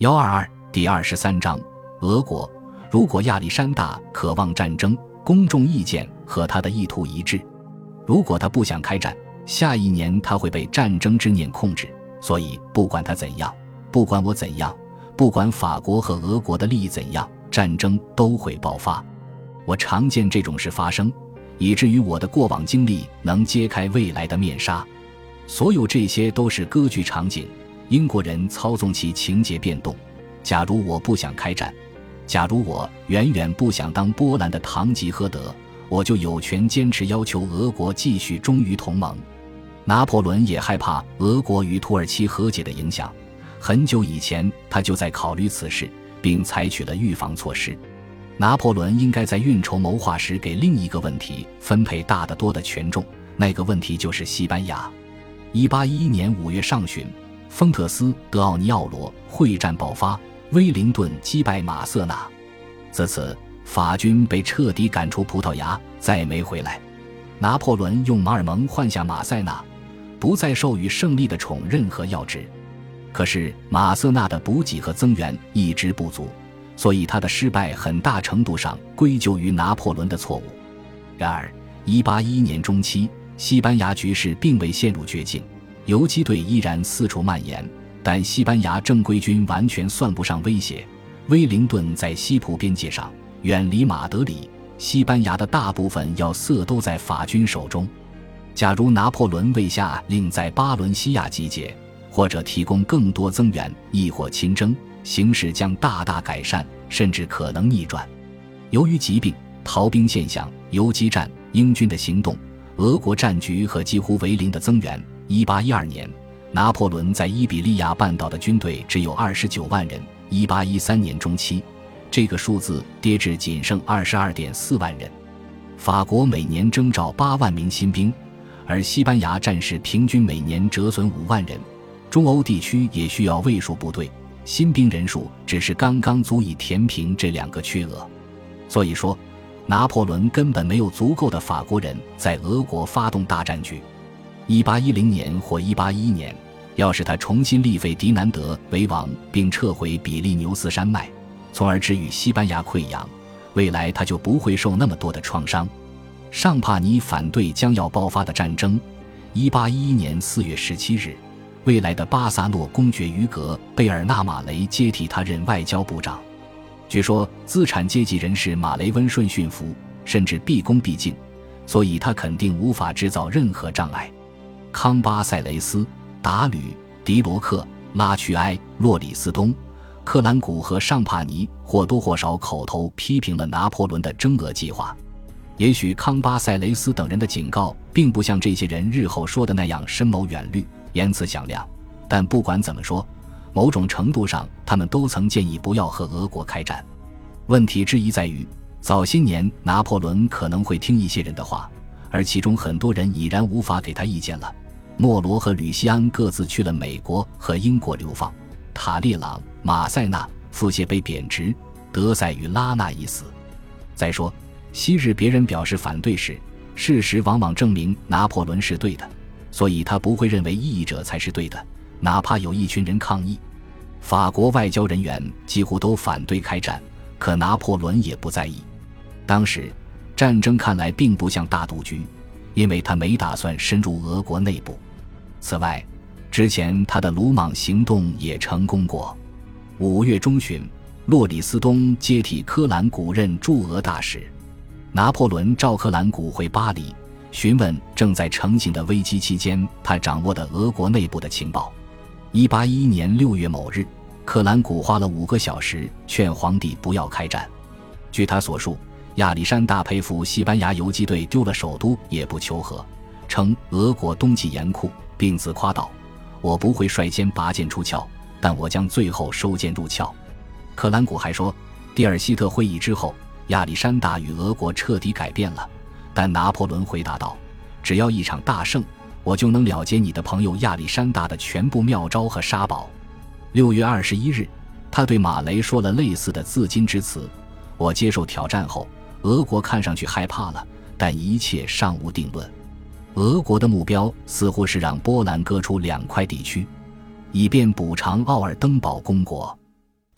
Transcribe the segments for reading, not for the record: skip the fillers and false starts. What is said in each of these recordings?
122第23章，俄国。如果亚历山大渴望战争，公众意见和他的意图一致。如果他不想开战，下一年他会被战争之念控制。所以不管他怎样，不管我怎样，不管法国和俄国的利益怎样，战争都会爆发。我常见这种事发生，以至于我的过往经历能揭开未来的面纱。所有这些都是歌剧场景，英国人操纵其情节变动。假如我不想开战，假如我远远不想当波兰的堂吉诃德，我就有权坚持要求俄国继续忠于同盟。拿破仑也害怕俄国与土耳其和解的影响，很久以前他就在考虑此事，并采取了预防措施。拿破仑应该在运筹谋划时给另一个问题分配大得多的权重，那个问题就是西班牙。1811年5月上旬，丰特斯德奥尼奥罗会战爆发，威灵顿击败马瑟纳。自此法军被彻底赶出葡萄牙，再没回来。拿破仑用马尔蒙换下马塞纳，不再授予胜利的宠任和要职。可是马瑟纳的补给和增援一直不足，所以他的失败很大程度上归咎于拿破仑的错误。然而1811年中期，西班牙局势并未陷入绝境，游击队依然四处蔓延，但西班牙正规军完全算不上威胁。威灵顿在西葡边界上，远离马德里，西班牙的大部分要塞都在法军手中。假如拿破仑未下令在巴伦西亚集结，或者提供更多增援，亦或亲征，形势将大大改善，甚至可能逆转。由于疾病、逃兵现象、游击战、英军的行动、俄国战局和几乎为零的增援，1812年拿破仑在伊比利亚半岛的军队只有29万人，1813年中期这个数字跌至仅剩22.4万人。法国每年征召8万名新兵，而西班牙战士平均每年折损5万人。中欧地区也需要卫戍部队，新兵人数只是刚刚足以填平这两个缺额。所以说拿破仑根本没有足够的法国人在俄国发动大战局。1810年或1811年，要是他重新立费迪南德为王并撤回比利牛斯山脉，从而治愈西班牙溃疡，未来他就不会受那么多的创伤。尚帕尼反对将要爆发的战争。1811年4月17日，未来的巴萨诺公爵于格贝尔纳马雷接替他任外交部长。据说资产阶级人士马雷温顺驯服，甚至毕恭毕敬，所以他肯定无法制造任何障碍。康巴塞雷斯、达吕、迪罗克、拉屈埃、洛里斯东、克兰古和尚帕尼或多或少口头批评了拿破仑的征俄计划。也许康巴塞雷斯等人的警告并不像这些人日后说的那样深谋远虑、言辞响亮，但不管怎么说，某种程度上他们都曾建议不要和俄国开战。问题之一在于，早些年拿破仑可能会听一些人的话，而其中很多人已然无法给他意见了。莫罗和吕西安各自去了美国和英国流放，塔列朗、马塞纳、富谢被贬职，德塞与拉纳已死。再说昔日别人表示反对时，事实往往证明拿破仑是对的，所以他不会认为异议者才是对的，哪怕有一群人抗议。法国外交人员几乎都反对开战，可拿破仑也不在意。当时战争看来并不像大赌局，因为他没打算深入俄国内部。此外，之前他的鲁莽行动也成功过。5月中旬，洛里斯东接替科兰古任驻俄大使。拿破仑召科兰古回巴黎，询问正在成型的危机期间他掌握的俄国内部的情报。1811年6月某日，克兰古花了5个小时劝皇帝不要开战。据他所述，亚历山大佩服西班牙游击队丢了首都也不求和，称俄国冬季严酷，并自夸道：我不会率先拔剑出鞘，但我将最后收剑入鞘。克兰古还说，蒂尔希特会议之后，亚历山大与俄国彻底改变了，但拿破仑回答道：只要一场大胜，我就能了结你的朋友亚历山大的全部妙招和沙宝。6月21日，他对马雷说了类似的自矜之词：我接受挑战后，俄国看上去害怕了，但一切尚无定论。俄国的目标似乎是让波兰割出2块地区，以便补偿奥尔登堡公国。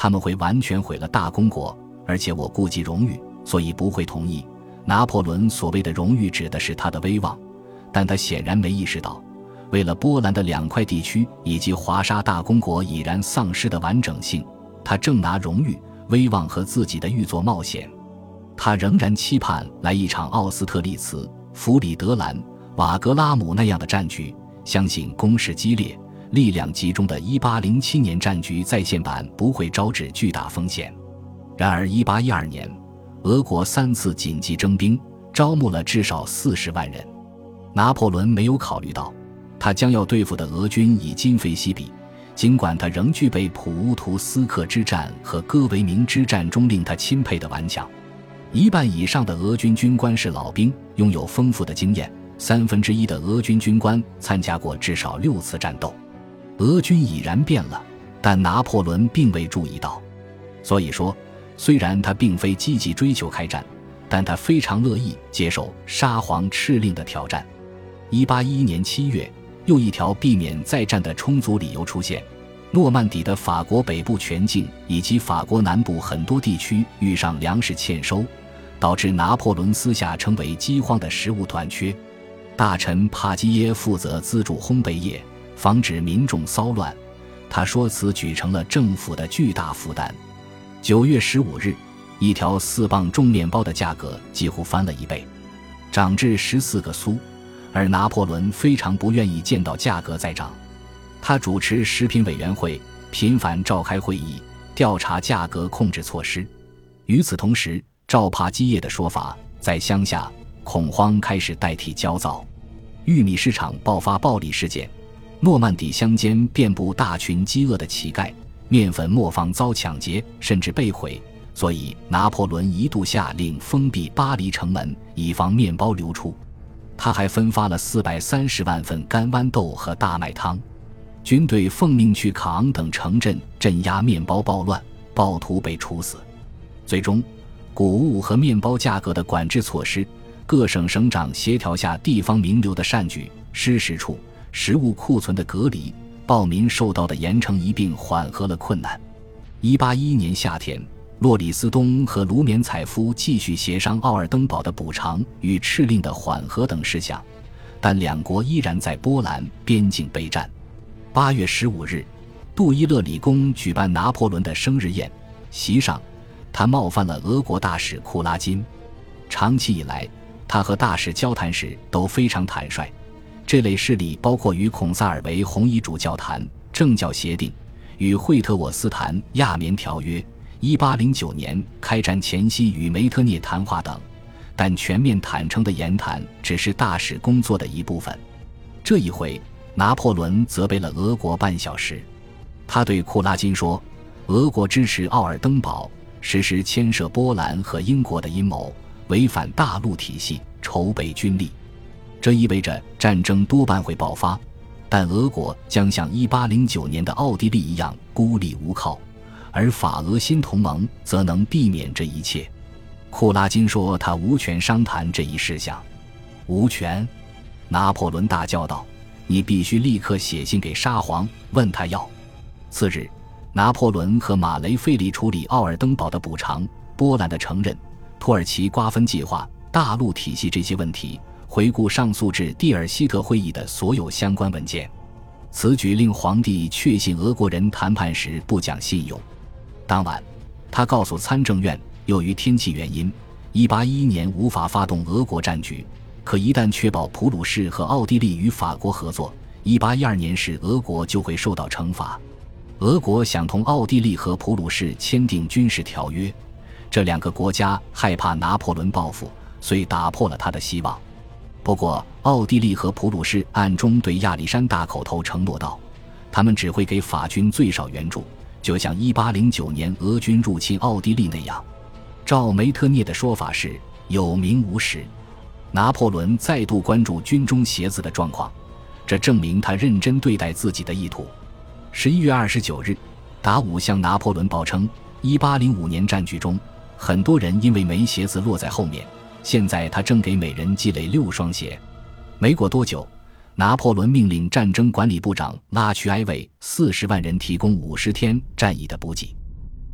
他们会完全毁了大公国，而且我顾及荣誉，所以不会同意。拿破仑所谓的荣誉指的是他的威望，但他显然没意识到，为了波兰的2块地区以及华沙大公国已然丧失的完整性，他正拿荣誉、威望和自己的玉做冒险。他仍然期盼来一场奥斯特利茨、弗里德兰、瓦格拉姆那样的战局，相信攻势激烈、力量集中的1807年战局再现版不会招致巨大风险。然而1812年，俄国3次紧急征兵，招募了至少40万人。拿破仑没有考虑到，他将要对付的俄军已今非昔比，尽管他仍具备普乌图斯克之战和戈维明之战中令他钦佩的顽强。1半以上的俄军军官是老兵，拥有丰富的经验，1/3的俄军军官参加过至少6次战斗。俄军已然变了，但拿破仑并未注意到。所以说，虽然他并非积极追求开战，但他非常乐意接受沙皇敕令的挑战。1811年7月，又一条避免再战的充足理由出现：诺曼底的法国北部全境以及法国南部很多地区遇上粮食欠收，导致拿破仑私下称为饥荒的食物短缺。大臣帕基耶负责资助烘焙业，防止民众骚乱。他说此举成了政府的巨大负担。9月15日，一条4磅重面包的价格几乎翻了1倍，涨至14个苏，而拿破仑非常不愿意见到价格再涨。他主持食品委员会，频繁召开会议，调查价格控制措施。与此同时，照帕基耶的说法，在乡下，恐慌开始代替焦躁。玉米市场爆发暴力事件，诺曼底乡间遍布大群饥饿的乞丐，面粉磨坊遭抢劫，甚至被毁，所以拿破仑一度下令封闭巴黎城门，以防面包流出。他还分发了430万份干豌豆和大麦汤。军队奉命去卡昂等城镇镇压面包暴乱，暴徒被处死。最终，谷物和面包价格的管制措施，各省省长协调下地方名流的善举，施食处、食物库存的隔离，暴民受到的严惩一并缓和了困难。1811年夏天，洛里斯东和卢缅采夫继续协商奥尔登堡的补偿与敕令的缓和等事项，但两国依然在波兰边境备战。8月15日，杜伊勒里宫举办拿破仑的生日宴，席上他冒犯了俄国大使库拉金。长期以来，他和大使交谈时都非常坦率。这类事例包括与孔萨尔维红衣主教谈政教协定，与惠特沃斯谈亚眠条约，1809年开战前夕与梅特涅谈话等，但全面坦诚的言谈只是大使工作的一部分。这一回，拿破仑责备了俄国半小时。他对库拉金说，俄国支持奥尔登堡，实施牵涉波兰和英国的阴谋，违反大陆体系，筹备军力。这意味着战争多半会爆发，但俄国将像1809年的奥地利一样孤立无靠，而法俄新同盟则能避免这一切。库拉金说他无权商谈这一事项。无权？拿破仑大叫道，你必须立刻写信给沙皇，问他要。次日，拿破仑和马雷费力处理奥尔登堡的补偿、波兰的承认、土耳其瓜分计划、大陆体系这些问题，回顾上诉至蒂尔希特会议的所有相关文件。此举令皇帝确信俄国人谈判时不讲信用。当晚，他告诉参政院，由于天气原因，1811年无法发动俄国战局，可一旦确保普鲁士和奥地利与法国合作，1812年时俄国就会受到惩罚。俄国想同奥地利和普鲁士签订军事条约，这两个国家害怕拿破仑报复，遂打破了他的希望。不过奥地利和普鲁士暗中对亚历山大口头承诺道，他们只会给法军最少援助，就像1809年俄军入侵奥地利那样。照梅特涅的说法是有名无实。拿破仑再度关注军中鞋子的状况，这证明他认真对待自己的意图。11月29日，达武向拿破仑报称，1805年战局中，很多人因为没鞋子落在后面，现在他正给每人积累6双鞋。没过多久，拿破仑命令战争管理部长拉屈埃为40万人提供50天战役的补给。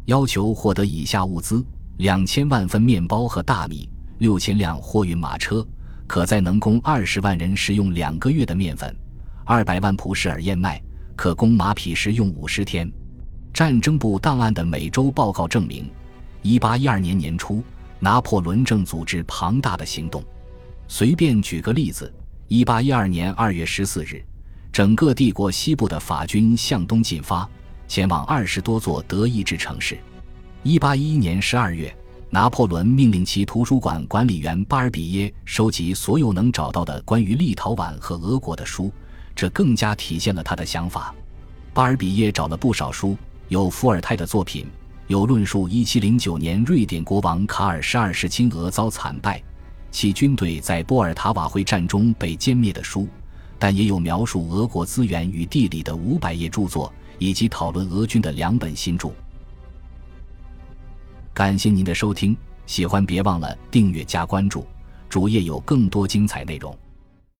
要求获得以下物资：2000万份面包和大米，6000辆货运马车，可在能供20万人食用2个月的面粉，200万蒲氏尔燕麦，可供马匹食用50天。战争部档案的每周报告证明，1812年年初，拿破仑正组织庞大的行动。随便举个例子，1812年2月14日，整个帝国西部的法军向东进发，前往20多座德意志城市。1811年12月，拿破仑命令其图书馆管理员巴尔比耶收集所有能找到的关于立陶宛和俄国的书，这更加体现了他的想法。巴尔比耶找了不少书，有伏尔泰的作品，有论述1709年瑞典国王卡尔12世亲俄遭惨败，其军队在波尔塔瓦会战中被歼灭的书，但也有描述俄国资源与地理的500页著作，以及讨论俄军的2本新著。感谢您的收听，喜欢别忘了订阅加关注，主页有更多精彩内容。